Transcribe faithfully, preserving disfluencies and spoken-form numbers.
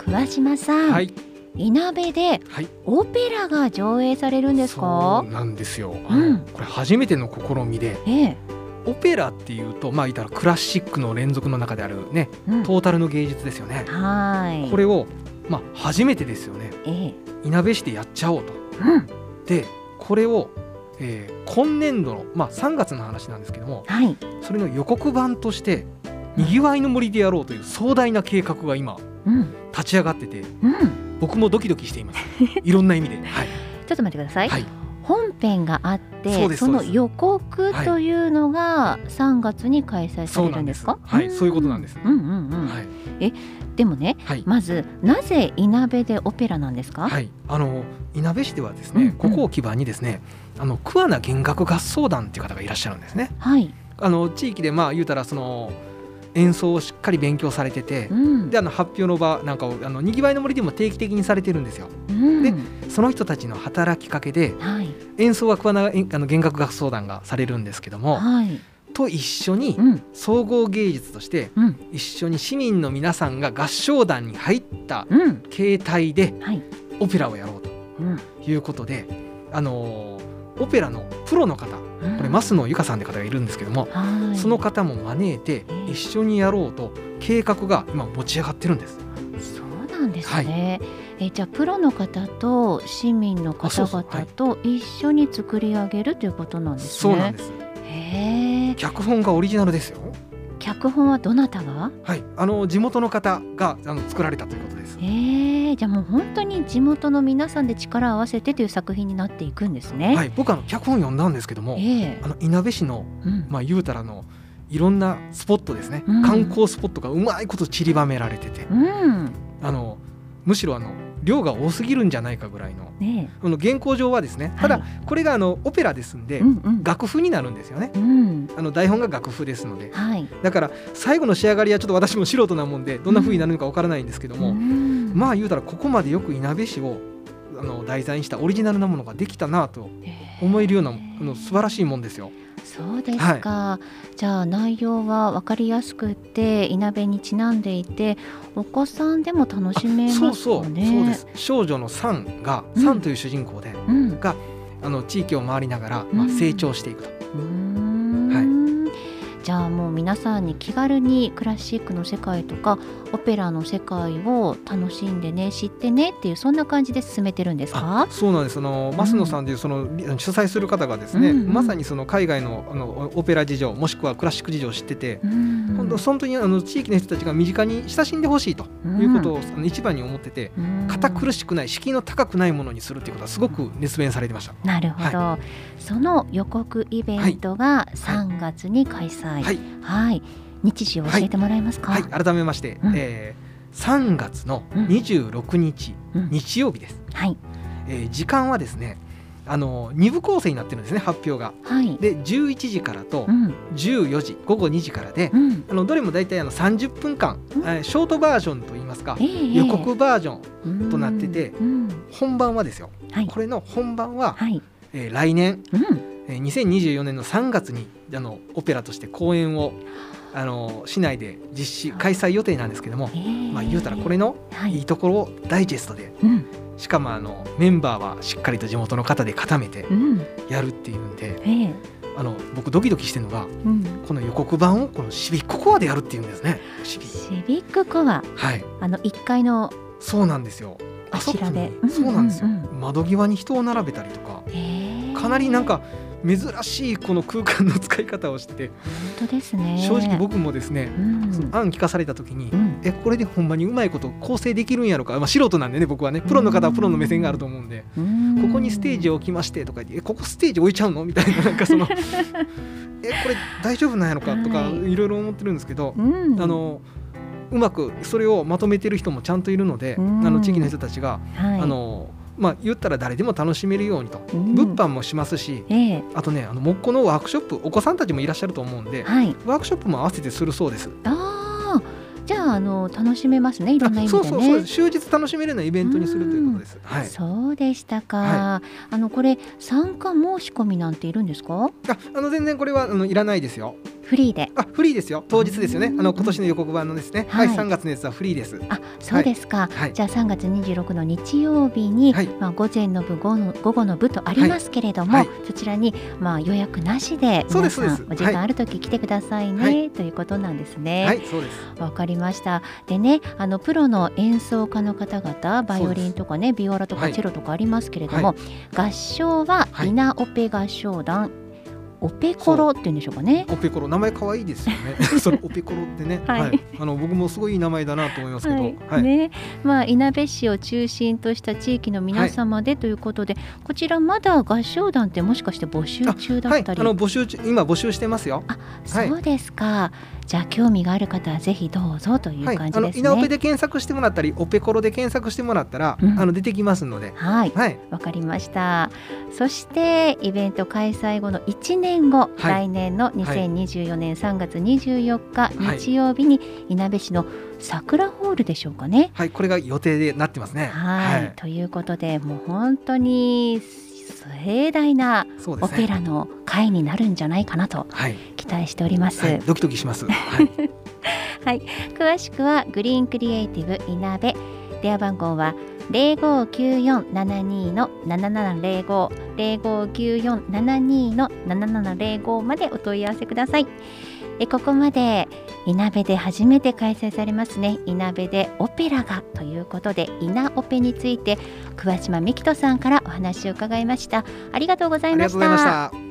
桑島さん、 はい、 いなべではい、 オペラが上映されるんですか？ そうなんですよ。あの、 うんこれ初めての試みで、 ええ、 オペラっていうと、まあ言ったらクラシックの連続の中であるね、 うん、 トータルの芸術ですよね。 はいこれを、まあ、初めてですよね。 ええ、 いなべ市でやっちゃおうと。 うん、 でこれを、えー今年度の、まあ、さんがつの話なんですけども、 はい、 それの予告版としてにぎわいの森でやろうという壮大な計画が今うん立ち上がってて、 うん、 僕もドキドキしています。いろんな意味で、はいちょっと待ってください、 はい、 本編があっそうてですその予告というのがさんがつに開催されるんですか？ そうなんですはいそういうことなんですうんうんうん、 はいでもね、 はいまずなぜいなべでオペラなんですか？ はい、あのいなべ市ではですね、 うんうんここを基盤にですね、あの桑名弦楽合奏団っていう方がいらっしゃるんですね。 はい、 あの地域でまあ言うたらその演奏をしっかり勉強されてて、 うん、 であの発表の場なんかをあのにぎわいの森でも定期的にされてるんですよ。 うん、 でその人たちの働きかけではい演奏は桑名あの弦楽合奏団がされるんですけども、 はい、 と一緒にうん総合芸術としてうん一緒に市民の皆さんが合唱団に入ったうん形態ではい、 オペラをやろうとうんいうことで、あのーオペラのプロの方、 うん、 これ増野由香さんって方がいるんですけども、 はい、 その方も招いて一緒にやろうと計画が今持ち上がってるんです。 そうなんですね、えじゃあプロの方と市民の方々と一緒に作り上げるということなんですね。 そうなんです。 へー、 脚本がオリジナルですよ。 脚本はどなたが？ はい、あの地元の方があの作られたということです。 えー、じゃあもう本当に地元の皆さんで力を合わせてという作品になっていくんですね。 はい、僕あの脚本読んだんですけども、 えーあのいなべ市のうんまあ言うたらのいろんなスポットですね、 うん観光スポットがうまいこと散りばめられてて、 うんあのむしろあの量が多すぎるんじゃないかぐらいの、 ねあの原稿上はですね、 はいただこれがあのオペラですんで、 うんうん楽譜になるんですよね。 うんあの台本が楽譜ですので、 はい、 だから最後の仕上がりはちょっと私も素人なもんでどんな風になるのかわからないんですけども、 うんまあ言うたらここまでよくいなべ市をあの題材にしたオリジナルなものができたなと思えるようなあの素晴らしいもんですよ。 そうですか、じゃあ内容は分かりやすくっていなべにちなんでいてお子さんでも楽しめますかね。 そうそうそうです。少女のサンが、 うんサンという主人公でうんがあの地域を回りながら、まあ、 うん成長していくと、 うーんじゃあもう皆さんに気軽にクラシックの世界とかオペラの世界を楽しんでね知ってねっていうそんな感じで進めてるんですか？ あそうなんです。あの増野さんというその主催する方がですね、 うんうんまさにその海外のあのオペラ事情もしくはクラシック事情を知ってて、 うん本当本当にあの地域の人たちが身近に親しんでほしいということをあの一番に思ってて、 うん堅苦しくない敷居の高くないものにするということはすごく熱弁されてました。 なるほど、その予告イベントがさんがつに開催、 はい、 はい、日時を教えてもらえますか？ はい、改めまして、 うんえー、さんがつのにじゅうろくにち、 うん日曜日です。 はいえー時間はですね、あのに部構成になってるんですね、発表が。 はい、 でじゅういちじからとうんじゅうよじごごにじからで、 うんあのどれも大体あのさんじゅっぷんかん、 うんえーショートバージョンといいますか、 ええ予告バージョン、 うんとなっててうん本番はですよ、 はいこれの本番は、 はい、 えー来年、 うんえーにせんにじゅうよねんのさんがつにあのオペラとして公演をあの市内で実施開催予定なんですけども、 ええまあ、言うたらこれのはいいいところをダイジェストで、 うんしかもあのメンバーはしっかりと地元の方で固めてうんやるっていうんで、 ええあの僕ドキドキしてるのがうん、 この予告版をこのシビックコアでやるっていうんですね。シビシビックコア、 はい、 あのいっかいのそうなんですよ。あそこあちらでにそうなんですよ、 うんうん窓際に人を並べたりとか、 ええかなりなんか珍しいこの空間の使い方をしてて、 本当ですね。 正直僕もですね、 うんその案聞かされた時に、 うんえこれでほんまにうまいこと構成できるんやろか、まあ、素人なんでね僕はね、プロの方はプロの目線があると思うんで、 うんここにステージを置きましてとか言って、えここステージ置いちゃうのみたいな、なんかそのえこれ大丈夫なんやろかとかはいいろいろ思ってるんですけど、 うんあのうまくそれをまとめてる人もちゃんといるので、 うんあの地域の人たちが、 はい、 あのまあ、言ったら誰でも楽しめるようにと、 うん物販もしますし、 ええあとねあの木工のワークショップ、お子さんたちもいらっしゃると思うんで、 はい、 ワークショップも合わせてするそうです。 ああ、じゃああの楽しめますね、いろんな意味でね。 あそうそうそうです。終日楽しめるようなイベントにするということです。はい。 そうでしたか、 はあのこれ参加申し込みなんているんですか？ ああの全然これはあのいらないですよ。 フリーで。 あ、フリーですよ。当日ですよね。あの今年の予告版のですね。はい、はい、さんがつのやつはフリーです。 あ、そうですか。 はい、 じゃあさんがつにじゅうろくの日曜日に、はい、まあ午前の部、午の午後の部とありますけれども、はいはい、そちらにまあ予約なしで皆さんお時間あるとき来てくださいね、はい、ということなんですね。 はい、そうです。 わかりました。でね、あのプロの演奏家の方々、バイオリンとかね、ビオラとかチェロとかありますけれども、はい、合唱は稲オペ合唱団、オペコロって言うんでしょうかね。 オペコロ、名前可愛いですよね。そのオペコロってね、はい、はい、あの僕もすごいいい名前だなと思いますけど、はいはい、 ね、まあいなべ市を中心とした地域の皆様でということで、はい、こちらまだ合唱団ってもしかして募集中だったり、 あ、はい、あの募集中、今募集してますよ。 あ、そうですか。はい、じゃあ興味がある方はぜひどうぞという感じですね。はい、あのイナオペで検索してもらったり、オペコロで検索してもらったら、うん、あの出てきますので、 はい、はい、わかりました。そしてイベント開催後のいちねんご、はい、来年のにせんにじゅうよねんさんがつにじゅうよっか、はい、日曜日にいなべ市の桜ホールでしょうかね。 はい、これが予定でなってますね。 はい、はい、ということでもう本当に盛大なオペラの会になるんじゃないかなと期待しております。 はいはい、ドキドキします。はい、 はい、詳しくはグリーンクリエイティブいなべ、電話番号はゼロごきゅうよんななにのななななゼロご ゼロごきゅうよんななにのななななゼロごまでお問い合わせください。えここまでいなべで初めて開催されますね、いなべでオペラがということで、いなオペについて桑島幹人さんからお話を伺いました。ありがとうございました。 ありがとうございました。